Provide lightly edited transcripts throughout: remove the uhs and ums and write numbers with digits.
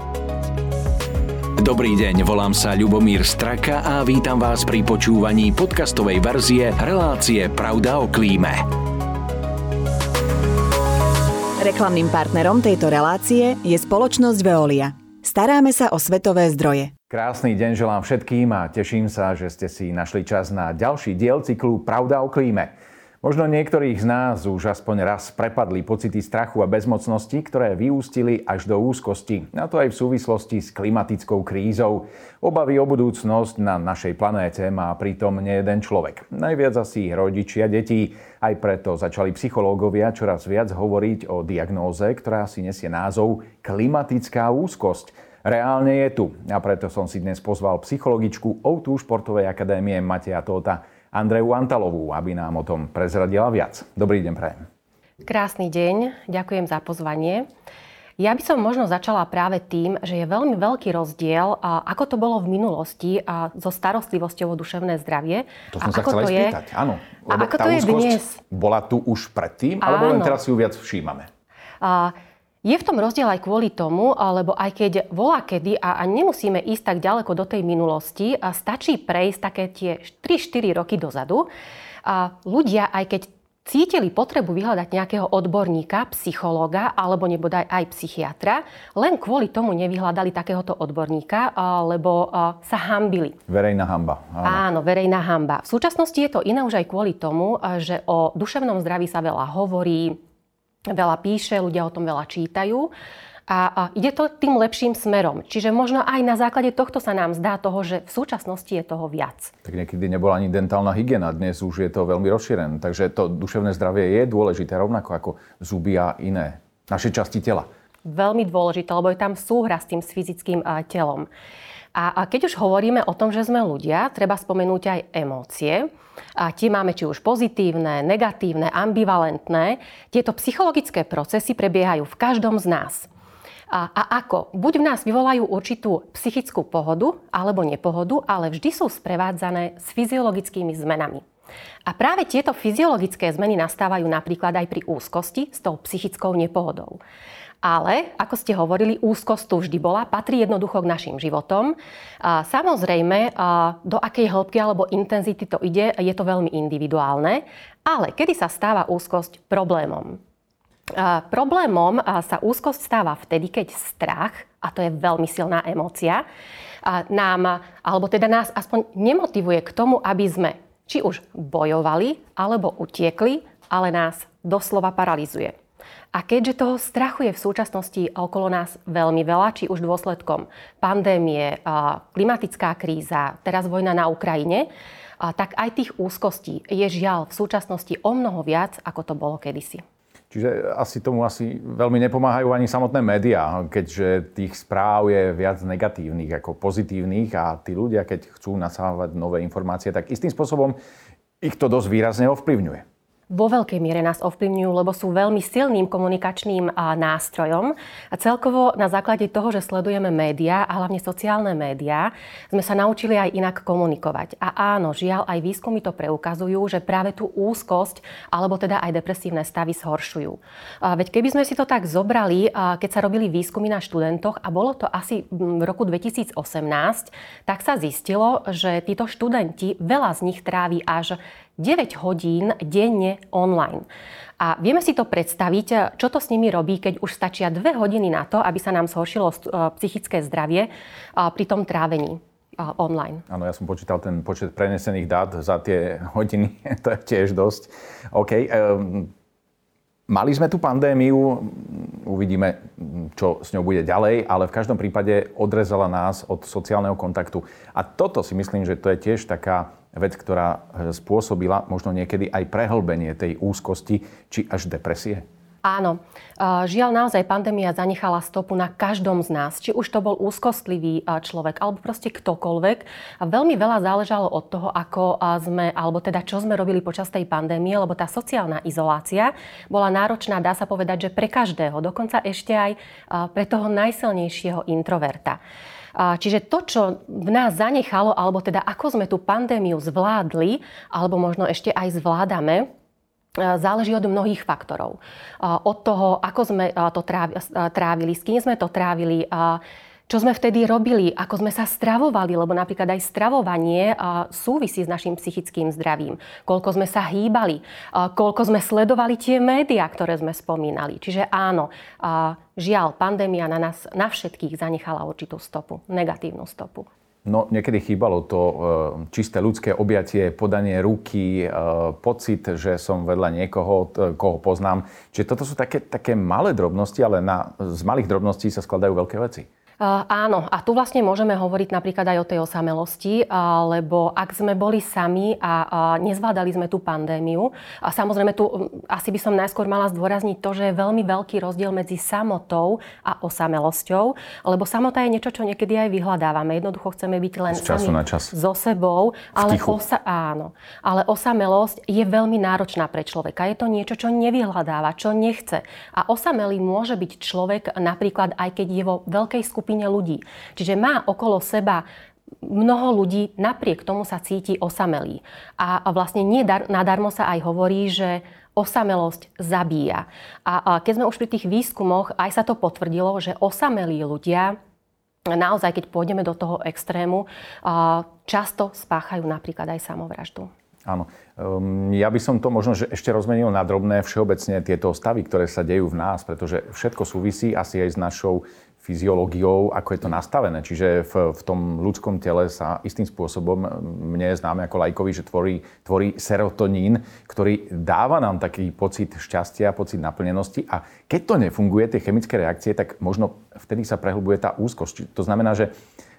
Dobrý deň, volám sa Ľubomír Straka a vítam vás pri počúvaní podcastovej verzie relácie Pravda o klíme. Reklamným partnerom tejto relácie je spoločnosť Veolia. Staráme sa o svetové zdroje. Krásny deň želám všetkým a teším sa, že ste si našli čas na ďalší diel cyklu Pravda o klíme. Možno niektorých z nás už aspoň raz prepadli pocity strachu a bezmocnosti, ktoré vyústili až do úzkosti. A to aj v súvislosti s klimatickou krízou. Obavy o budúcnosť na našej planéte má pritom nejeden človek. Najviac asi rodičia detí. Aj preto začali psychológovia čoraz viac hovoriť o diagnóze, ktorá si nesie názov klimatická úzkosť. Reálne je tu. A preto som si dnes pozval psychologičku O2 Športovej akadémie Mateja Tóta Andreju Antalovú, aby nám o tom prezradila viac. Dobrý deň prajem. Krásny deň, ďakujem za pozvanie. Ja by som možno začala práve tým, že je veľmi veľký rozdiel, ako to bolo v minulosti so starostlivosťou o duševné zdravie. To som sa chcela spýtať, áno. Lebo ako tá to je dnes? Bola tu už predtým, alebo len teraz si ju viac všímame? Je v tom rozdiel aj kvôli tomu, lebo aj keď voľakedy a nemusíme ísť tak ďaleko do tej minulosti, stačí prejsť také tie 3-4 roky dozadu. Ľudia, aj keď cítili potrebu vyhľadať nejakého odborníka, psychológa alebo nebodaj aj psychiatra, len kvôli tomu nevyhľadali takéhoto odborníka, lebo sa hanbili. Verejná hanba. Áno, verejná hanba. V súčasnosti je to iné už aj kvôli tomu, že o duševnom zdraví sa veľa hovorí, veľa píše, ľudia o tom veľa čítajú a ide to tým lepším smerom. Čiže možno aj na základe tohto sa nám zdá toho, že v súčasnosti je toho viac. Tak niekedy nebola ani dentálna hygiena, dnes už je to veľmi rozšírené. Takže to duševné zdravie je dôležité, rovnako ako zuby a iné naše časti tela. Veľmi dôležité, lebo je tam súhra s tým s fyzickým telom. A keď už hovoríme o tom, že sme ľudia, treba spomenúť aj emócie. A tie máme či už pozitívne, negatívne, ambivalentné. Tieto psychologické procesy prebiehajú v každom z nás. A ako? Buď v nás vyvolajú určitú psychickú pohodu alebo nepohodu, ale vždy sú sprevádzané s fyziologickými zmenami. A práve tieto fyziologické zmeny nastávajú napríklad aj pri úzkosti s tou psychickou nepohodou. Ale, ako ste hovorili, úzkosť tu vždy bola, patrí jednoducho k našim životom. Samozrejme, do akej hĺbky alebo intenzity to ide, je to veľmi individuálne. Ale kedy sa stáva úzkosť problémom? Problémom sa úzkosť stáva vtedy, keď strach, a to je veľmi silná emócia, nás aspoň nemotivuje k tomu, aby sme či už bojovali, alebo utiekli, ale nás doslova paralyzuje. A keďže toho strachu je v súčasnosti okolo nás veľmi veľa, či už dôsledkom pandémie, klimatická kríza, teraz vojna na Ukrajine, tak aj tých úzkostí je žiaľ v súčasnosti o mnoho viac, ako to bolo kedysi. Čiže tomu veľmi nepomáhajú ani samotné médiá, keďže tých správ je viac negatívnych ako pozitívnych a tí ľudia, keď chcú nasávať nové informácie, tak istým spôsobom ich to dosť výrazne ovplyvňuje. Vo veľkej miere nás ovplyvňujú, lebo sú veľmi silným komunikačným nástrojom. A celkovo na základe toho, že sledujeme médiá a hlavne sociálne médiá, sme sa naučili aj inak komunikovať. A áno, žiaľ, aj výskumy to preukazujú, že práve tú úzkosť, alebo teda aj depresívne stavy zhoršujú. Veď keby sme si to tak zobrali, keď sa robili výskumy na študentoch, a bolo to asi v roku 2018, tak sa zistilo, že títo študenti, veľa z nich trávi až 9 hodín denne online. A vieme si to predstaviť, čo to s nimi robí, keď už stačia 2 hodiny na to, aby sa nám zhoršilo psychické zdravie pri tom trávení online. Áno, ja som počítal ten počet prenesených dát za tie hodiny, to je tiež dosť. OK. Mali sme tú pandémiu, uvidíme, čo s ňou bude ďalej, ale v každom prípade odrezala nás od sociálneho kontaktu. A toto si myslím, že to je tiež taká vec, ktorá spôsobila možno niekedy aj prehlbenie tej úzkosti, či až depresie? Áno. Žiaľ, naozaj pandémia zanechala stopu na každom z nás. Či už to bol úzkostlivý človek, alebo proste ktokoľvek. A veľmi veľa záležalo od toho, ako sme, alebo teda čo sme robili počas tej pandémie, lebo tá sociálna izolácia bola náročná, dá sa povedať, že pre každého. Dokonca ešte aj pre toho najsilnejšieho introverta. Čiže to, čo v nás zanechalo, alebo teda ako sme tú pandémiu zvládli, alebo možno ešte aj zvládame, záleží od mnohých faktorov. Od toho, ako sme to trávili, s kým sme to trávili, čo sme vtedy robili, ako sme sa stravovali, lebo napríklad aj stravovanie súvisí s našim psychickým zdravím. Koľko sme sa hýbali, koľko sme sledovali tie médiá, ktoré sme spomínali. Čiže áno, žiaľ, pandémia na nás, na všetkých zanechala určitú stopu, negatívnu stopu. No, niekedy chýbalo to čisté ľudské objatie, podanie ruky, pocit, že som vedľa niekoho, koho poznám. Čiže toto sú také malé drobnosti, ale z malých drobností sa skladajú veľké veci. Áno, a tu vlastne môžeme hovoriť napríklad aj o tej osamelosti, lebo ak sme boli sami a nezvládali sme tú pandémiu, a samozrejme tu asi by som najskôr mala zdôrazniť to, že je veľmi veľký rozdiel medzi samotou a osamelosťou, lebo samota je niečo, čo niekedy aj vyhľadávame. Jednoducho chceme byť len sami so sebou, ale ale osamelosť je veľmi náročná pre človeka. Je to niečo, čo nevyhľadáva, čo nechce. A osamelý môže byť človek napríklad aj keď je vo veľkej skupine ľudí. Čiže má okolo seba mnoho ľudí, napriek tomu sa cíti osamelý. A vlastne nie nadarmo sa aj hovorí, že osamelosť zabíja. A keď sme už pri tých výskumoch, aj sa to potvrdilo, že osamelí ľudia naozaj, keď pôjdeme do toho extrému, často spáchajú napríklad aj samovraždu. Áno. Ja by som to možno že ešte rozmenil na drobné všeobecne tieto stavy, ktoré sa dejú v nás, pretože všetko súvisí asi aj s našou fyziológiou, ako je to nastavené. Čiže v tom ľudskom tele sa istým spôsobom, mne je známe ako laikovi, že tvorí serotonín, ktorý dáva nám taký pocit šťastia, pocit naplnenosti. A keď to nefunguje, tie chemické reakcie, tak možno vtedy sa prehlbuje tá úzkosť. To znamená, že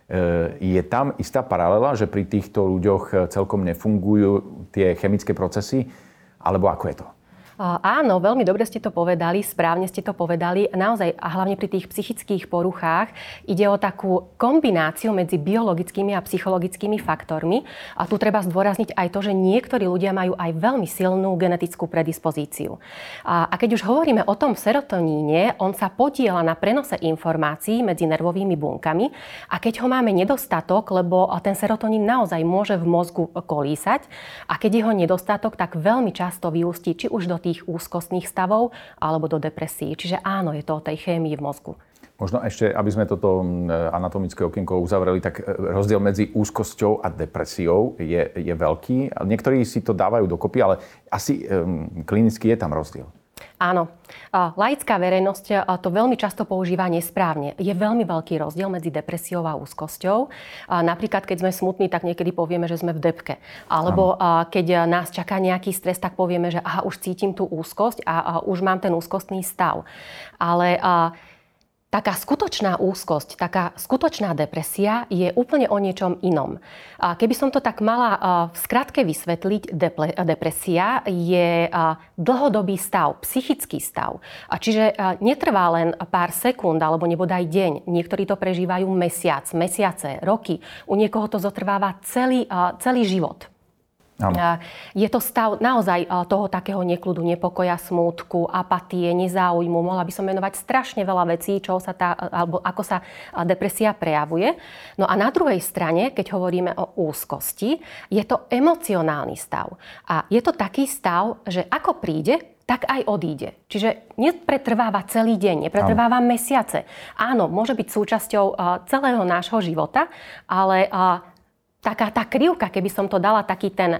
je tam istá paralela, že pri týchto ľuďoch celkom nefungujú tie chemické procesy, alebo ako je to? Áno, veľmi dobre ste to povedali, správne ste to povedali. Naozaj, a hlavne pri tých psychických poruchách, ide o takú kombináciu medzi biologickými a psychologickými faktormi. A tu treba zdôrazniť aj to, že niektorí ľudia majú aj veľmi silnú genetickú predispozíciu. A keď už hovoríme o tom serotoníne, on sa podieľa na prenose informácií medzi nervovými bunkami. A keď ho máme nedostatok, lebo ten serotonín naozaj môže v mozgu kolísať, a keď je ho nedostatok, tak veľmi často vyústí či už do tých úzkostných stavov alebo do depresií. Čiže áno, je to o tej chémii v mozgu. Možno ešte, aby sme toto anatomické okienko uzavreli, tak rozdiel medzi úzkosťou a depresiou je veľký. Niektorí si to dávajú dokopy, ale asi klinicky je tam rozdiel. Áno. Laická verejnosť to veľmi často používa nesprávne. Je veľmi veľký rozdiel medzi depresiou a úzkosťou. Napríklad, keď sme smutní, tak niekedy povieme, že sme v depke. Alebo keď nás čaká nejaký stres, tak povieme, že už cítim tú úzkosť a už mám ten úzkostný stav. Ale taká skutočná úzkosť, taká skutočná depresia je úplne o niečom inom. Keby som to tak mala v skratke vysvetliť, depresia je dlhodobý stav, psychický stav. Čiže netrvá len pár sekúnd alebo nebodaj deň. Niektorí to prežívajú mesiace, roky. U niekoho to zotrváva celý život. Je to stav naozaj toho takého nekľudu, nepokoja, smútku, apatie, nezáujmu. Mohla by som menovať strašne veľa vecí, alebo ako sa depresia prejavuje. No a na druhej strane, keď hovoríme o úzkosti, je to emocionálny stav. A je to taký stav, že ako príde, tak aj odíde. Čiže nepretrváva celý deň, nepretrváva mesiace. Áno, môže byť súčasťou celého nášho života, ale taká tá krivka, keby som to dala, taký ten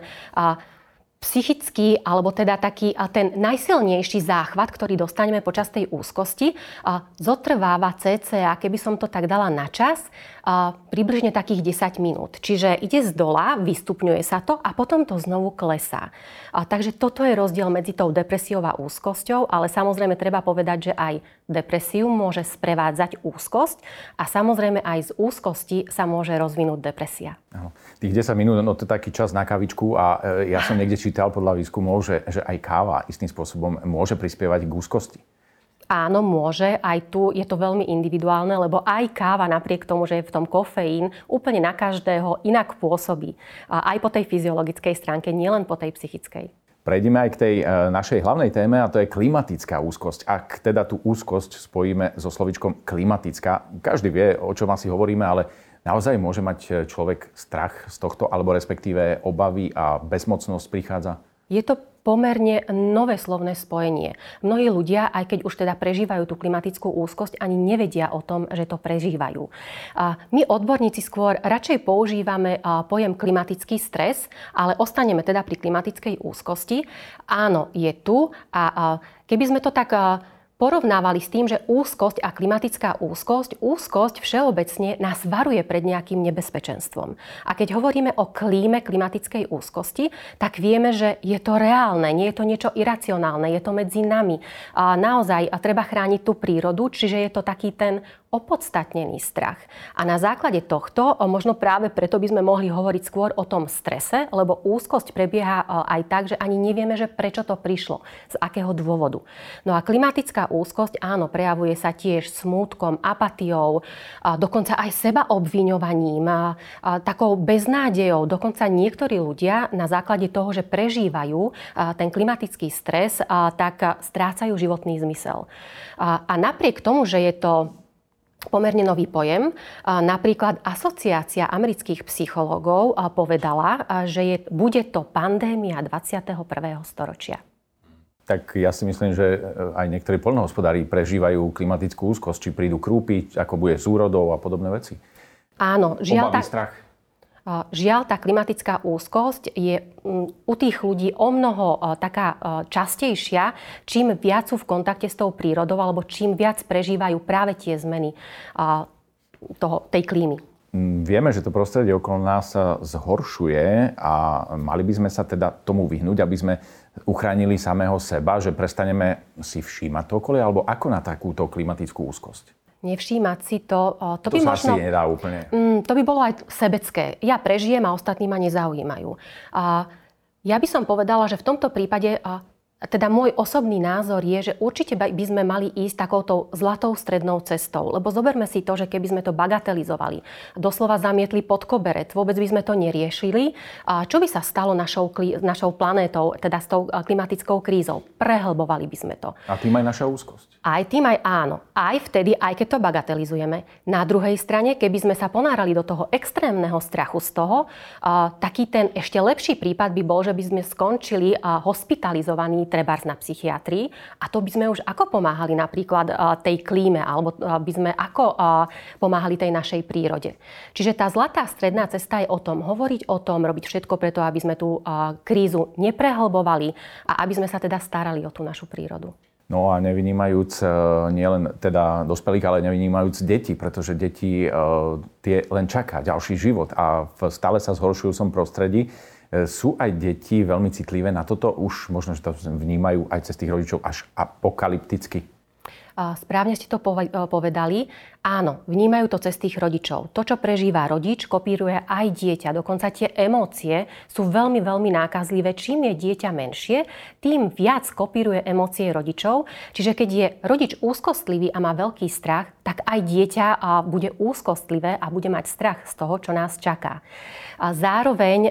psychický, alebo teda taký ten najsilnejší záchvat, ktorý dostaneme počas tej úzkosti, zotrváva cca, keby som to tak dala na čas, približne takých 10 minút. Čiže ide z dola, vystupňuje sa to a potom to znovu klesá. Takže toto je rozdiel medzi tou depresiou a úzkosťou, ale samozrejme treba povedať, že aj depresiu môže sprevádzať úzkosť a samozrejme aj z úzkosti sa môže rozvinúť depresia. Tých 10 minút, no to je taký čas na kavičku a ja som niekde čítal podľa výskumov, že aj káva istým spôsobom môže prispievať k úzkosti. Áno, môže. Aj tu je to veľmi individuálne, lebo aj káva, napriek tomu, že je v tom kofeín, úplne na každého inak pôsobí. Aj po tej fyziologickej stránke, nielen po tej psychickej. Prejdeme aj k tej našej hlavnej téme, a to je klimatická úzkosť. Ak teda tú úzkosť spojíme so slovičkom klimatická, každý vie, o čom asi hovoríme, ale naozaj môže mať človek strach z tohto, alebo respektíve obavy a bezmocnosť prichádza? Je to pomerne nové slovné spojenie. Mnohí ľudia, aj keď už teda prežívajú tú klimatickú úzkosť, ani nevedia o tom, že to prežívajú. My odborníci skôr radšej používame pojem klimatický stres, ale ostaneme teda pri klimatickej úzkosti. Áno, je tu a keby sme to tak porovnávali s tým, že úzkosť a klimatická úzkosť všeobecne nás varuje pred nejakým nebezpečenstvom. A keď hovoríme o klíme klimatickej úzkosti, tak vieme, že je to reálne, nie je to niečo iracionálne, je to medzi nami. A naozaj treba chrániť tú prírodu, čiže je to taký ten opodstatnený strach. A na základe tohto, možno práve preto by sme mohli hovoriť skôr o tom strese, lebo úzkosť prebieha aj tak, že ani nevieme, že prečo to prišlo, z akého dôvodu. No a klimatická úzkosť, áno, prejavuje sa tiež smútkom, apatiou, dokonca aj sebaobviňovaním, takou beznádejou. Dokonca niektorí ľudia na základe toho, že prežívajú ten klimatický stres, tak strácajú životný zmysel. A napriek tomu, že je to pomerne nový pojem. Napríklad Asociácia amerických psychológov povedala, že bude to pandémia 21. storočia. Tak ja si myslím, že aj niektorí poľnohospodári prežívajú klimatickú úzkosť, či prídu krúpy, ako bude s úrodou a podobné veci. Áno, Obavy, strach. Žiaľ, tá klimatická úzkosť je u tých ľudí omnoho taká častejšia, čím viac sú v kontakte s tou prírodou, alebo čím viac prežívajú práve tie zmeny tej klímy. Vieme, že to prostredie okolo nás sa zhoršuje a mali by sme sa teda tomu vyhnúť, aby sme uchránili samého seba, že prestaneme si všímať to okolie, alebo ako na takúto klimatickú úzkosť? Nevšímať si to by sa možno, asi nedá úplne. To by bolo aj sebecké. Ja prežijem a ostatní ma nezaujímajú. Ja by som povedala, že v tomto prípade, teda môj osobný názor je, že určite by sme mali ísť takouto zlatou strednou cestou. Lebo zoberme si to, že keby sme to bagatelizovali, doslova zamietli pod koberec, vôbec by sme to neriešili, čo by sa stalo našou planétou, teda s tou klimatickou krízou? Prehlbovali by sme to. A tým aj naša úzkosť. Aj tým aj áno. Aj vtedy, aj keď to bagatelizujeme. Na druhej strane, keby sme sa ponárali do toho extrémneho strachu z toho, taký ten ešte lepší prípad by bol, že by sme skončili hospitalizovaní trebárs na psychiatrii a to by sme už ako pomáhali napríklad tej klíme alebo by sme ako pomáhali tej našej prírode. Čiže tá zlatá stredná cesta je o tom hovoriť o tom, robiť všetko preto, aby sme tú krízu neprehlbovali a aby sme sa teda starali o tú našu prírodu. No a nevynímajúc nielen teda dospelých, ale nevynímajúc deti, pretože deti tie len čaká ďalší život a v stále sa zhoršujúcom prostredí sú aj deti veľmi citlivé na toto, už možno, že to vnímajú aj cez tých rodičov až apokalypticky. Správne ste to povedali. Áno, vnímajú to cez tých rodičov. To, čo prežíva rodič, kopíruje aj dieťa. Dokonca tie emócie sú veľmi, veľmi nákazlivé. Čím je dieťa menšie, tým viac kopíruje emócie rodičov. Čiže keď je rodič úzkostlivý a má veľký strach, tak aj dieťa bude úzkostlivé a bude mať strach z toho, čo nás čaká. A zároveň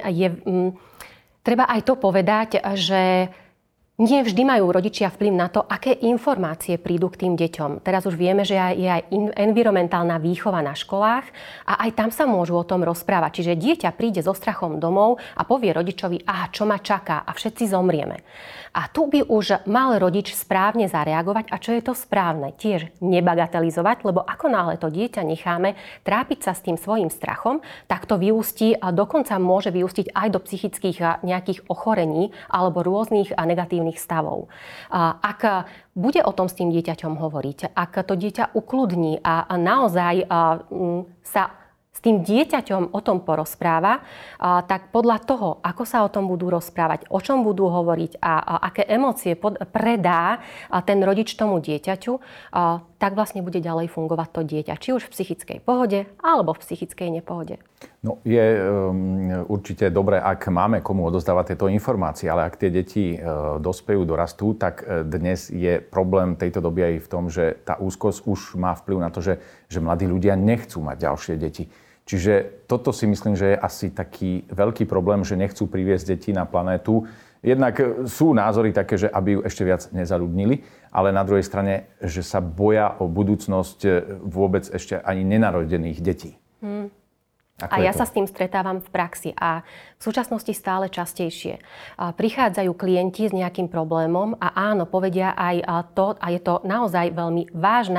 treba aj to povedať, že nie vždy majú rodičia vplyv na to, aké informácie prídu k tým deťom. Teraz už vieme, že je aj environmentálna výchova na školách a aj tam sa môžu o tom rozprávať. Čiže dieťa príde so strachom domov a povie rodičovi, čo ma čaká a všetci zomrieme. A tu by už mal rodič správne zareagovať. A čo je to správne? Tiež nebagatelizovať, lebo ako náhle to dieťa necháme trápiť sa s tým svojím strachom, tak to vyústí a dokonca môže vyústiť aj do psychických nejakých ochorení alebo rôznych negatívnych stavov. Ak bude o tom s tým dieťaťom hovoriť, ak to dieťa ukludní a naozaj sa s tým dieťaťom o tom porozpráva, tak podľa toho, ako sa o tom budú rozprávať, o čom budú hovoriť a aké emócie predá ten rodič tomu dieťaťu, tak vlastne bude ďalej fungovať to dieťa. Či už v psychickej pohode, alebo v psychickej nepohode. No, je určite dobré, ak máme komu odozdávať tieto informácie, ale ak tie deti dospejú, dorastú, tak dnes je problém tejto doby aj v tom, že tá úzkosť už má vplyv na to, že mladí ľudia nechcú mať ďalšie deti. Čiže toto si myslím, že je asi taký veľký problém, že nechcú priviesť deti na planétu. Jednak sú názory také, že aby ju ešte viac nezaľudnili, ale na druhej strane, že sa boja o budúcnosť vôbec ešte ani nenarodených detí. A ja sa s tým stretávam v praxi a v súčasnosti stále častejšie. Prichádzajú klienti s nejakým problémom a áno, povedia aj to, a je to naozaj veľmi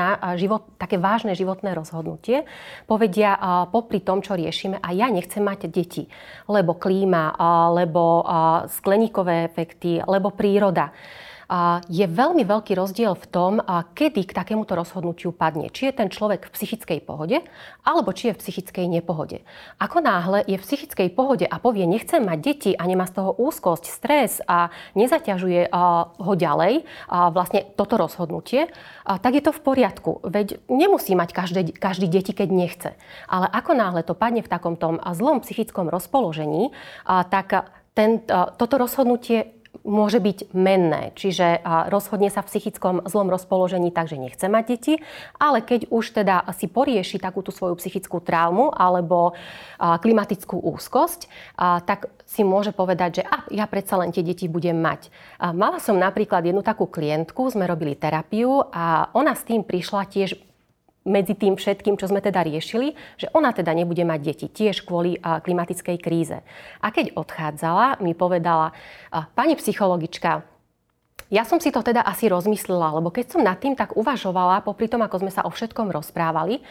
také vážne životné rozhodnutie, povedia popri tom, čo riešime, a ja nechcem mať deti, lebo klíma, lebo skleníkové efekty, lebo príroda. Je veľmi veľký rozdiel v tom, kedy k takémuto rozhodnutiu padne. Či je ten človek v psychickej pohode, alebo či je v psychickej nepohode. Ako náhle je v psychickej pohode a povie, nechcem mať deti a nemá z toho úzkosť, stres a nezaťažuje ho ďalej, vlastne toto rozhodnutie, tak je to v poriadku. Veď nemusí mať každý deti, keď nechce. Ale ako náhle to padne v takomto zlom psychickom rozpoložení, tak toto rozhodnutie môže byť menné, čiže rozhodne sa v psychickom zlom rozpoložení tak, že nechce mať deti, ale keď už teda si porieši takúto svoju psychickú traumu alebo klimatickú úzkosť, tak si môže povedať, že ja predsa len tie deti budem mať. Mala som napríklad jednu takú klientku, sme robili terapiu a ona s tým prišla tiež medzi tým všetkým, čo sme teda riešili, že ona teda nebude mať deti, tiež kvôli klimatickej kríze. A keď odchádzala, mi povedala, pani psychologička, ja som si to teda asi rozmyslela, lebo keď som nad tým tak uvažovala, popri tom, ako sme sa o všetkom rozprávali,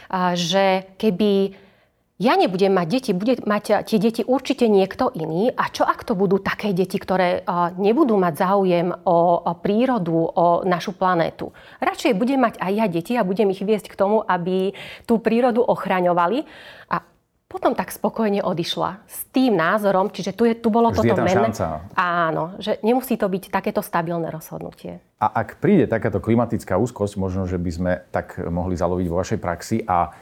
že keby ja nebudem mať deti, bude mať tie deti určite niekto iný. A čo ak to budú také deti, ktoré nebudú mať záujem o prírodu, o našu planétu? Radšej budem mať aj ja deti a budem ich viesť k tomu, aby tú prírodu ochraňovali. A potom tak spokojne odišla s tým názorom, čiže tu bolo vždy toto menné. Šanca. Áno, že nemusí to byť takéto stabilné rozhodnutie. A ak príde takáto klimatická úzkosť, možno, že by sme tak mohli zaloviť vo vašej praxi a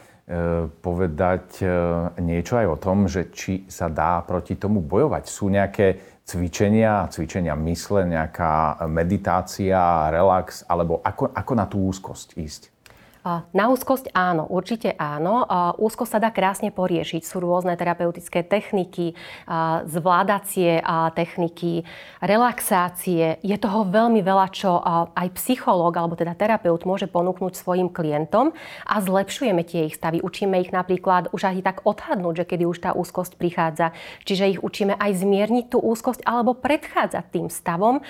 povedať niečo aj o tom, že či sa dá proti tomu bojovať. Sú nejaké cvičenia mysle, nejaká meditácia, relax, alebo ako na tú úzkosť ísť? Na úzkosť áno, určite áno. Úzkosť sa dá krásne poriešiť. Sú rôzne terapeutické techniky, zvládacie techniky, relaxácie. Je toho veľmi veľa, čo aj psychológ, alebo teda terapeut môže ponúknuť svojim klientom a zlepšujeme tie ich stavy. Učíme ich napríklad už aj tak odhadnúť, že kedy už tá úzkosť prichádza. Čiže ich učíme aj zmierniť tú úzkosť alebo predchádzať tým stavom,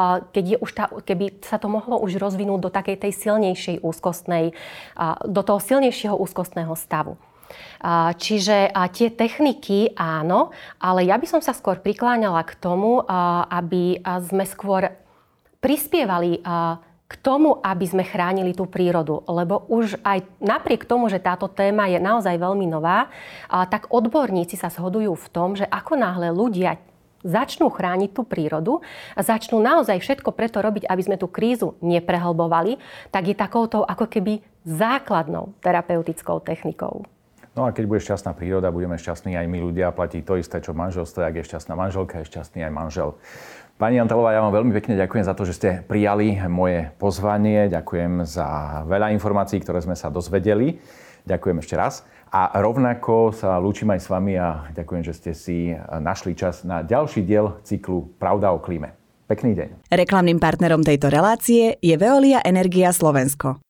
keby sa to mohlo už rozvinúť do takej tej silnejšej úzkostnej, do toho silnejšieho úzkostného stavu. Čiže tie techniky áno, ale ja by som sa skôr prikláňala k tomu, aby sme skôr prispievali k tomu, aby sme chránili tú prírodu. Lebo už aj napriek tomu, že táto téma je naozaj veľmi nová, tak odborníci sa zhodujú v tom, že ako náhle ľudia začnú chrániť tú prírodu a začnú naozaj všetko preto robiť, aby sme tú krízu neprehlbovali, tak je takouto ako keby základnou terapeutickou technikou. No a keď bude šťastná príroda, budeme šťastní aj my ľudia. Platí to isté, čo manželstvo, ak je šťastná manželka, je šťastný aj manžel. Pani Jantelová, ja vám veľmi pekne ďakujem za to, že ste prijali moje pozvanie. Ďakujem za veľa informácií, ktoré sme sa dozvedeli. Ďakujem ešte raz. A rovnako sa lúčim aj s vami a ďakujem, že ste si našli čas na ďalší diel cyklu Pravda o klíme. Pekný deň. Reklamným partnerom tejto relácie je Veolia Energia Slovensko.